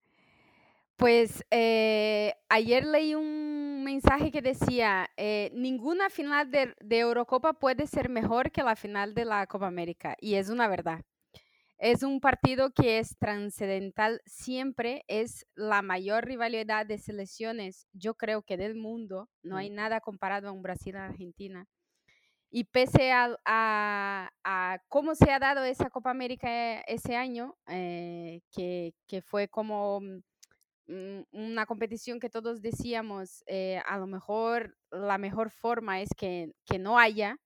Pues eh, ayer leí un mensaje que decía, eh, ninguna final de, de Eurocopa puede ser mejor que la final de la Copa América, y es una verdad. Es un partido que es trascendental siempre, es la mayor rivalidad de selecciones, yo creo que del mundo, no hay nada comparado a un Brasil-Argentina. Y pese a, a, a, cómo se ha dado esa Copa América ese año, eh, que, que, fue como mm, una competición que todos decíamos, eh, a lo mejor la mejor forma es que, que no haya,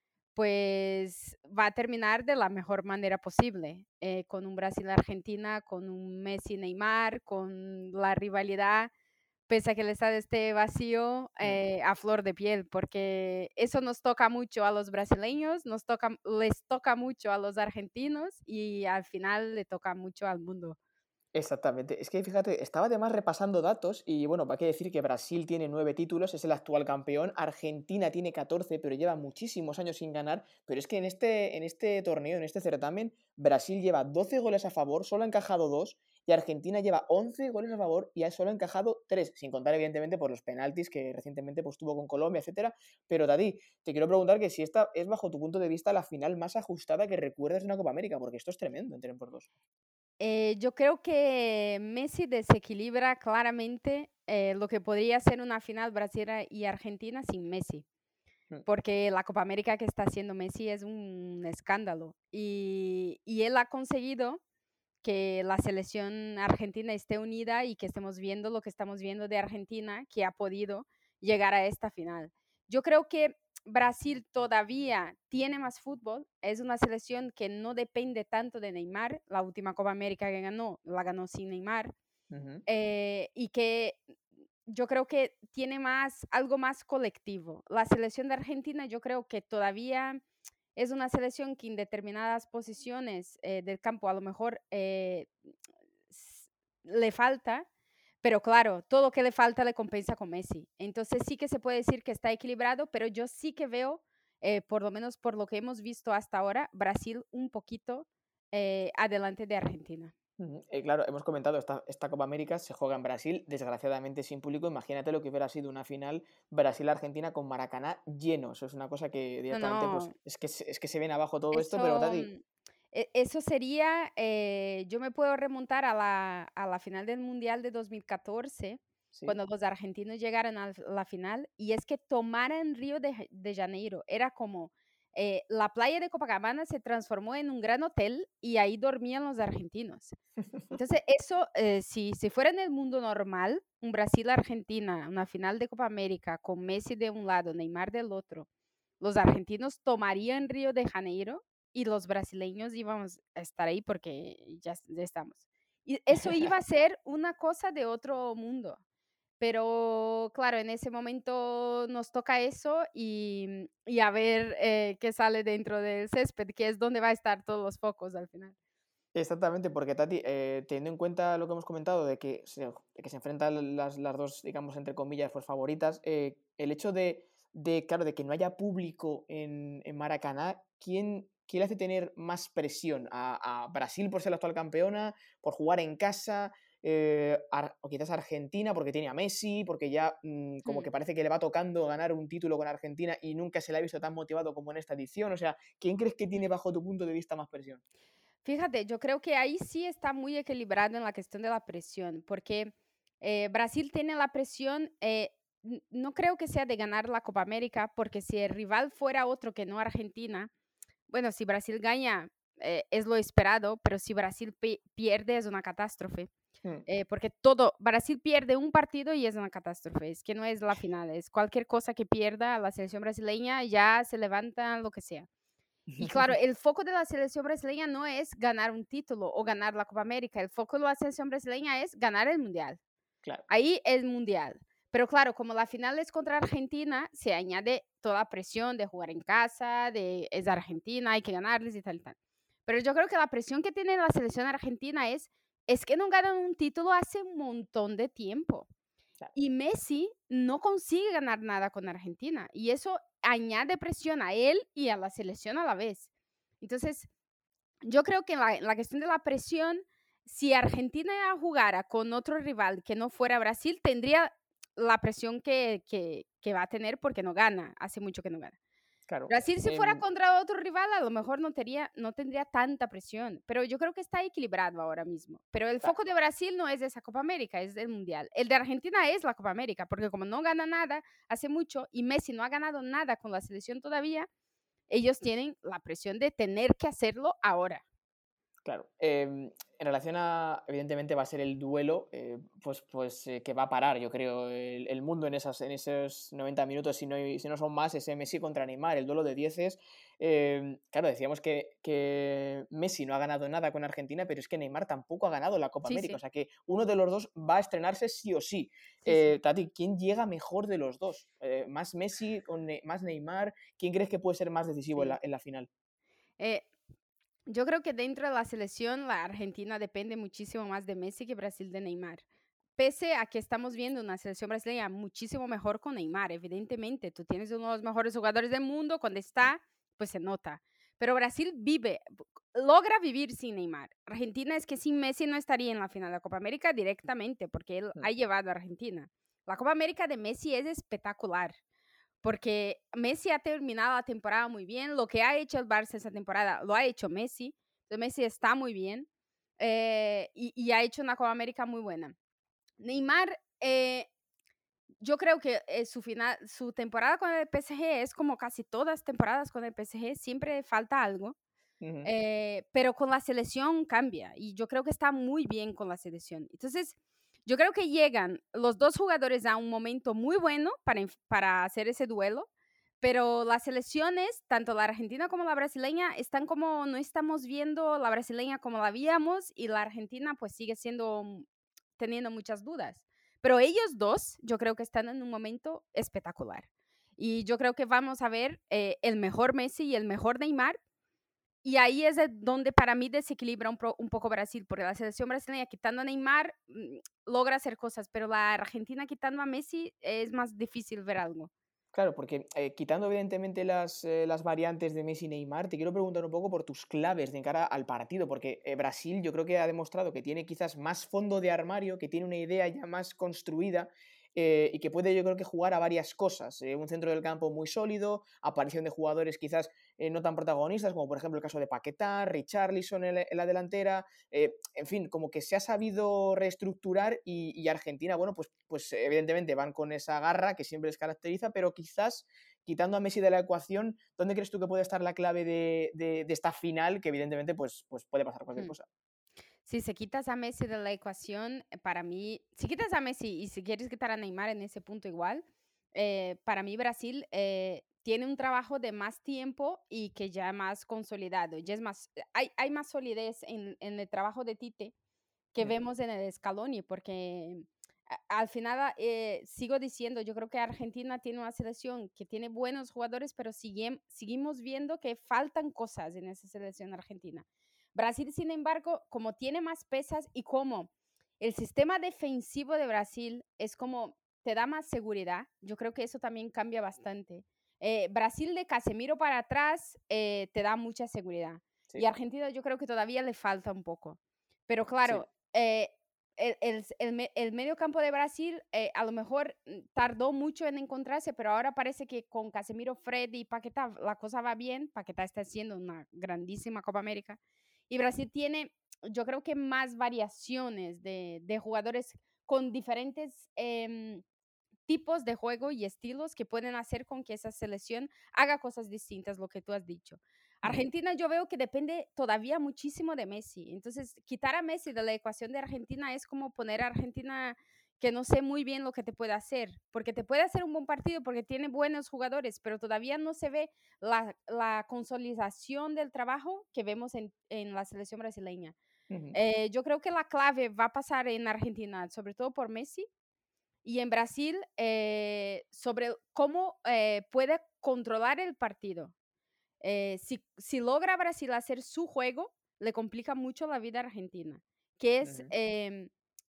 pues va a terminar de la mejor manera posible, eh, con un Brasil-Argentina, con un Messi-Neymar, con la rivalidad, pese a que el estadio esté vacío, eh, a flor de piel, porque eso nos toca mucho a los brasileños, nos toca, les toca mucho a los argentinos y al final le toca mucho al mundo. Exactamente. Es que fíjate, estaba además repasando datos y bueno, hay que decir que Brasil tiene nueve títulos, es el actual campeón, Argentina tiene catorce, pero lleva muchísimos años sin ganar, pero es que en este, en este torneo, en este certamen, Brasil lleva doce goles a favor, solo ha encajado dos, y Argentina lleva once goles a favor y ha solo encajado tres, sin contar evidentemente por los penaltis que recientemente pues, tuvo con Colombia, etcétera. Pero Tati, te quiero preguntar que si esta es bajo tu punto de vista la final más ajustada que recuerdas de una Copa América, porque esto es tremendo en tres por dos. Eh, yo creo que Messi desequilibra claramente eh, lo que podría ser una final Brasil y Argentina sin Messi, porque la Copa América que está haciendo Messi es un escándalo y, y él ha conseguido que la selección argentina esté unida y que estemos viendo lo que estamos viendo de Argentina, que ha podido llegar a esta final. Yo creo que Brasil todavía tiene más fútbol, es una selección que no depende tanto de Neymar, la última Copa América que ganó, la ganó sin Neymar, uh-huh. eh, y que yo creo que tiene más, algo más colectivo. La selección de Argentina yo creo que todavía es una selección que en determinadas posiciones eh, del campo a lo mejor eh, le falta, pero claro, todo lo que le falta le compensa con Messi. Entonces sí que se puede decir que está equilibrado, pero yo sí que veo, eh, por lo menos por lo que hemos visto hasta ahora, Brasil un poquito eh, adelante de Argentina. Uh-huh. Eh, claro, hemos comentado, esta, esta Copa América se juega en Brasil, desgraciadamente sin público. Imagínate lo que hubiera sido una final Brasil-Argentina con Maracaná lleno. Eso es una cosa que directamente, no, no. pues, es que, es que se viene abajo todo eso, esto, pero Tati... Eso sería, eh, yo me puedo remontar a la, a la final del Mundial de dos mil catorce, ¿sí? Cuando los argentinos llegaron a la final, y es que tomaran Río de, de Janeiro, era como... Eh, la playa de Copacabana se transformó en un gran hotel y ahí dormían los argentinos. Entonces, eso, eh, si, si fuera en el mundo normal, un Brasil-Argentina, una final de Copa América con Messi de un lado, Neymar del otro, los argentinos tomarían Río de Janeiro y los brasileños íbamos a estar ahí porque ya, ya estamos. Y eso iba a ser una cosa de otro mundo. Pero claro, en ese momento nos toca eso y, y a ver eh, qué sale dentro del césped, que es donde va a estar todos los focos al final. Exactamente, porque Tati, eh, teniendo en cuenta lo que hemos comentado de que se, de que se enfrentan las, las dos, digamos, entre comillas, pues favoritas, eh, el hecho de, de, claro, de que no haya público en, en Maracaná, ¿quién, ¿quién le hace tener más presión? ¿A, a Brasil por ser la actual campeona, por jugar en casa, eh, Ar- o quizás Argentina porque tiene a Messi, porque ya mm, como Hmm. que parece que le va tocando ganar un título con Argentina y nunca se le ha visto tan motivado como en esta edición? O sea, ¿quién crees que tiene bajo tu punto de vista más presión? Fíjate, yo creo que ahí sí está muy equilibrado en la cuestión de la presión, porque eh, Brasil tiene la presión, eh, n- no creo que sea de ganar la Copa América, porque si el rival fuera otro que no Argentina, bueno, si Brasil gana eh, es lo esperado, pero si Brasil pi- pierde es una catástrofe, Hmm. eh, porque todo, Brasil pierde un partido y es una catástrofe, es que no es la final, es cualquier cosa que pierda la selección brasileña, ya se levanta lo que sea. Y claro, el foco de la selección brasileña no es ganar un título o ganar la Copa América, el foco de la selección brasileña es ganar el Mundial. Claro. Ahí es Mundial. Pero claro, como la final es contra Argentina, se añade toda la presión de jugar en casa, de es Argentina, hay que ganarles y tal y tal. Pero yo creo que la presión que tiene la selección argentina es, es que no ganan un título hace un montón de tiempo. Claro. Y Messi no consigue ganar nada con Argentina. Y eso añade presión a él y a la selección a la vez. Entonces, yo creo que la, la cuestión de la presión, si Argentina jugara con otro rival que no fuera Brasil, tendría la presión que, que, que va a tener porque no gana, hace mucho que no gana. Claro. Brasil, si fuera Em, contra otro rival, a lo mejor no, tendría, no tendría tanta presión, pero yo creo que está equilibrado ahora mismo. Pero el Claro. foco de Brasil no es esa Copa América, es el Mundial. El de Argentina es la Copa América, porque como no gana nada hace mucho y Messi no ha ganado nada con la selección todavía, ellos tienen la presión de tener que hacerlo ahora. Claro. Eh, en relación a, evidentemente, va a ser el duelo, eh, pues, pues eh, que va a parar, yo creo, el, el mundo en, esas, en esos noventa minutos, si no, si no son más, ese Messi contra Neymar, el duelo de dieces. Eh, claro, decíamos que, que Messi no ha ganado nada con Argentina, pero es que Neymar tampoco ha ganado la Copa Sí, América, sí. o sea que uno de los dos va a estrenarse sí o sí. Sí, Eh, sí. Tati, ¿quién llega mejor de los dos? Eh, ¿Más Messi con Ne- más Neymar? ¿Quién crees que puede ser más decisivo en Sí. la, en la final? Eh, yo creo que dentro de la selección, la Argentina depende muchísimo más de Messi que Brasil de Neymar. Pese a que estamos viendo una selección brasileña muchísimo mejor con Neymar, evidentemente, tú tienes uno de los mejores jugadores del mundo, cuando está, pues se nota. Pero Brasil vive, logra vivir sin Neymar. Argentina es que sin Messi no estaría en la final de la Copa América directamente, porque él Hmm. ha llevado a Argentina. La Copa América de Messi es espectacular, porque Messi ha terminado la temporada muy bien, lo que ha hecho el Barça esa temporada lo ha hecho Messi, entonces Messi está muy bien eh, y, y ha hecho una Copa América muy buena. Neymar, eh, yo creo que eh, su, final, su temporada con el P S G es como casi todas las temporadas con el P S G, siempre falta algo, Ujú. eh, pero con la selección cambia y yo creo que está muy bien con la selección. Entonces, yo creo que llegan los dos jugadores a un momento muy bueno para, para hacer ese duelo, pero las selecciones, tanto la argentina como la brasileña, están como, no estamos viendo la brasileña como la víamos y la argentina pues sigue siendo, teniendo muchas dudas. Pero ellos dos, yo creo que están en un momento espectacular. Y yo creo que vamos a ver eh, el mejor Messi y el mejor Neymar. Y ahí es donde para mí desequilibra un, pro, un poco Brasil, porque la selección brasileña quitando a Neymar mmm, logra hacer cosas, pero la Argentina quitando a Messi es más difícil ver algo. Claro, porque eh, quitando evidentemente las, eh, las variantes de Messi y Neymar, te quiero preguntar un poco por tus claves de cara al partido, porque eh, Brasil yo creo que ha demostrado que tiene quizás más fondo de armario, que tiene una idea ya más construida eh, y que puede yo creo que jugar a varias cosas. Eh, un centro del campo muy sólido, aparición de jugadores quizás eh, no tan protagonistas, como por ejemplo el caso de Paquetá, Richarlison en, en la delantera, eh, en fin, como que se ha sabido reestructurar y, y Argentina, bueno, pues, pues evidentemente van con esa garra que siempre les caracteriza, pero quizás quitando a Messi de la ecuación, ¿dónde crees tú que puede estar la clave de, de, de esta final? Que evidentemente pues, pues puede pasar cualquier Hmm. cosa. Si se quitas a Messi de la ecuación, para mí, si quitas a Messi y si quieres quitar a Neymar en ese punto igual, eh, para mí Brasil eh, tiene un trabajo de más tiempo y que ya más consolidado. Ya es más, hay, hay más solidez en, en el trabajo de Tite que Mm. vemos en el Scaloni, porque al final eh, sigo diciendo, yo creo que Argentina tiene una selección que tiene buenos jugadores, pero sigue, seguimos viendo que faltan cosas en esa selección argentina. Brasil, sin embargo, como tiene más pesas y como el sistema defensivo de Brasil es como te da más seguridad, yo creo que eso también cambia bastante. Eh, Brasil de Casemiro para atrás eh, te da mucha seguridad. Sí. Y Argentina yo creo que todavía le falta un poco. Pero claro, sí. eh, el, el, el, el medio campo de Brasil eh, a lo mejor tardó mucho en encontrarse, pero ahora parece que con Casemiro, Fred y Paquetá la cosa va bien. Paquetá está haciendo una grandísima Copa América. Y Brasil tiene, yo creo que más variaciones de, de jugadores con diferentes eh, tipos de juego y estilos que pueden hacer con que esa selección haga cosas distintas, lo que tú has dicho. Argentina yo veo que depende todavía muchísimo de Messi. Entonces, quitar a Messi de la ecuación de Argentina es como poner a Argentina que no sé muy bien lo que te puede hacer, porque te puede hacer un buen partido porque tiene buenos jugadores, pero todavía no se ve la, la consolidación del trabajo que vemos en, en la selección brasileña. Uh-huh. Eh, yo creo que la clave va a pasar en Argentina, sobre todo por Messi, y en Brasil eh, sobre cómo eh, puede controlar el partido. Eh, si, si logra Brasil hacer su juego, le complica mucho la vida a Argentina, que es uh-huh. eh,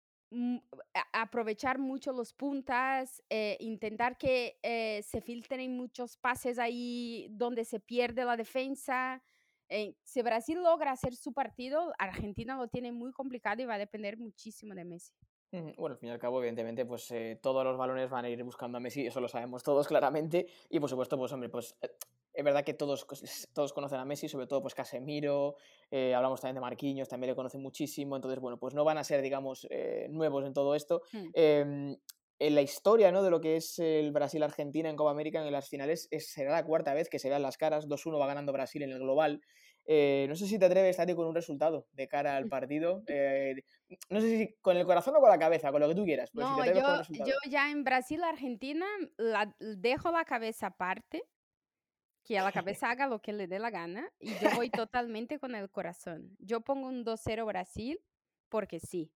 m- a- aprovechar mucho los puntas, eh, intentar que eh, se filtren muchos pases ahí donde se pierde la defensa. Eh, si Brasil logra hacer su partido, Argentina lo tiene muy complicado y va a depender muchísimo de Messi. Bueno, al fin y al cabo, evidentemente, pues eh, todos los balones van a ir buscando a Messi, eso lo sabemos todos claramente, y por supuesto, pues hombre, pues eh, es verdad que todos, todos conocen a Messi, sobre todo pues Casemiro, eh, hablamos también de Marquinhos, también le conocen muchísimo, entonces bueno, pues no van a ser, digamos, eh, nuevos en todo esto. Mm. Eh, en la historia, ¿no?, de lo que es el Brasil-Argentina en Copa América en las finales, es, será la cuarta vez que se vean las caras, dos uno va ganando Brasil en el global. Eh, no sé si te atreves, Tati, con un resultado de cara al partido. Eh, no sé si con el corazón o con la cabeza, con lo que tú quieras. Pero no, si te yo, yo ya en Brasil-Argentina la, dejo la cabeza aparte, que a la cabeza haga lo que le dé la gana, y yo voy totalmente con el corazón. Yo pongo un dos cero Brasil porque sí.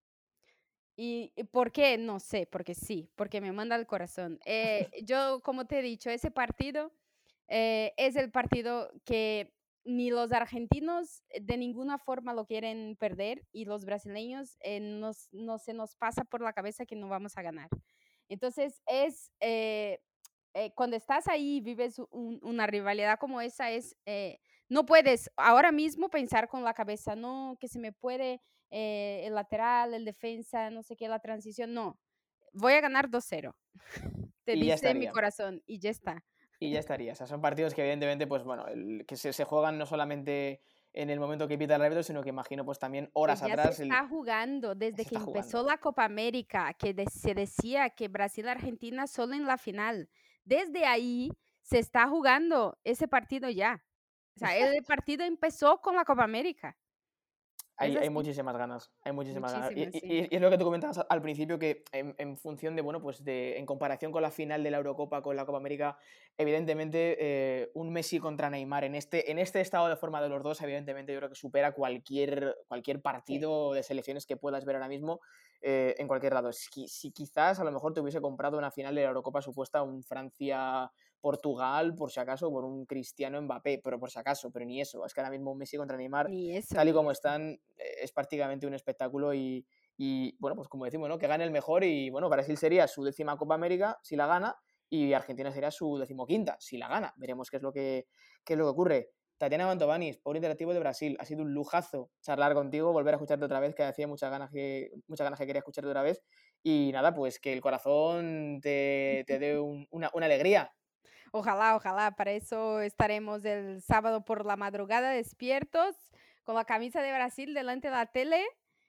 ¿Y por qué? No sé, porque sí, porque me manda el corazón. Eh, yo, como te he dicho, ese partido eh, es el partido que ni los argentinos de ninguna forma lo quieren perder y los brasileños eh, nos, no se nos pasa por la cabeza que no vamos a ganar. Entonces, es eh, eh, cuando estás ahí y vives un, una rivalidad como esa, es, eh, no puedes ahora mismo pensar con la cabeza, no, que se me puede eh, el lateral, el defensa, no sé qué, la transición, no. Voy a ganar dos cero. Te y dice mi corazón y ya está. Y ya estaría. O sea, son partidos que evidentemente, pues bueno, el, que se, se juegan no solamente en el momento que pita el árbitro, sino que imagino pues también horas que ya atrás. Se está el... jugando desde que empezó jugando. la Copa América, que de, se decía que Brasil-Argentina solo en la final. Desde ahí se está jugando ese partido ya. O sea, el partido empezó con la Copa América. Hay, hay muchísimas ganas, hay muchísimas, muchísimas ganas. Y, sí. y, y es lo que tú comentabas al principio, que en, en función de, bueno, pues de, en comparación con la final de la Eurocopa, con la Copa América, evidentemente eh, un Messi contra Neymar en este, en este estado de forma de los dos, evidentemente yo creo que supera cualquier, cualquier partido sí. de selecciones que puedas ver ahora mismo eh, en cualquier lado. Si, si quizás a lo mejor te hubiese comprado una final de la Eurocopa supuesta un Francia-Portugal, por si acaso, por un Cristiano Mbappé, pero por si acaso, pero ni eso. Es que ahora mismo un Messi contra Neymar, eso, tal y como están, es prácticamente un espectáculo y, y, bueno, pues como decimos, ¿no?, que gane el mejor y, bueno, Brasil sería su décima Copa América si la gana y Argentina sería su decimoquinta si la gana. Veremos qué es lo que, qué es lo que ocurre. Tatiana Mantovanis, por Interactivo de Brasil, ha sido un lujazo charlar contigo, volver a escucharte otra vez, que hacía muchas ganas que, muchas ganas que quería escucharte otra vez y nada, pues que el corazón te, te dé un, una, una alegría. Ojalá, ojalá, para eso estaremos el sábado por la madrugada despiertos con la camisa de Brasil delante de la tele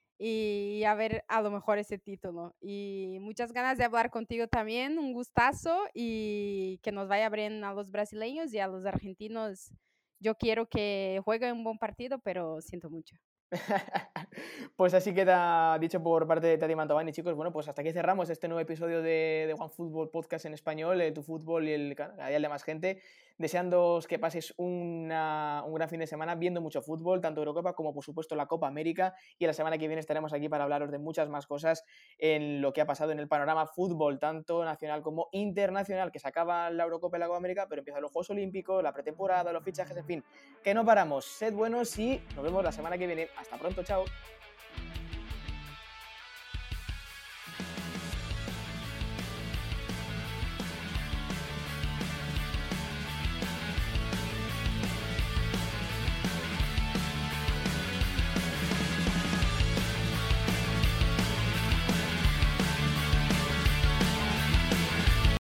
y a ver a lo mejor ese título. Y muchas ganas de hablar contigo también, un gustazo y que nos vaya bien a los brasileños y a los argentinos. Yo quiero que jueguen un buen partido, pero siento mucho. Pues así queda dicho por parte de Tati Mantovani, chicos. Bueno, pues hasta aquí cerramos este nuevo episodio de, de OneFootball Podcast en español, de Tu Fútbol y el canal de más gente. deseándoos que paséis una, un gran fin de semana viendo mucho fútbol, tanto Eurocopa como por supuesto la Copa América, y la semana que viene estaremos aquí para hablaros de muchas más cosas en lo que ha pasado en el panorama fútbol, tanto nacional como internacional, que se acaba la Eurocopa y la Copa América, pero empiezan los Juegos Olímpicos, la pretemporada, los fichajes, en fin, que no paramos. Sed buenos y nos vemos la semana que viene. Hasta pronto, chao.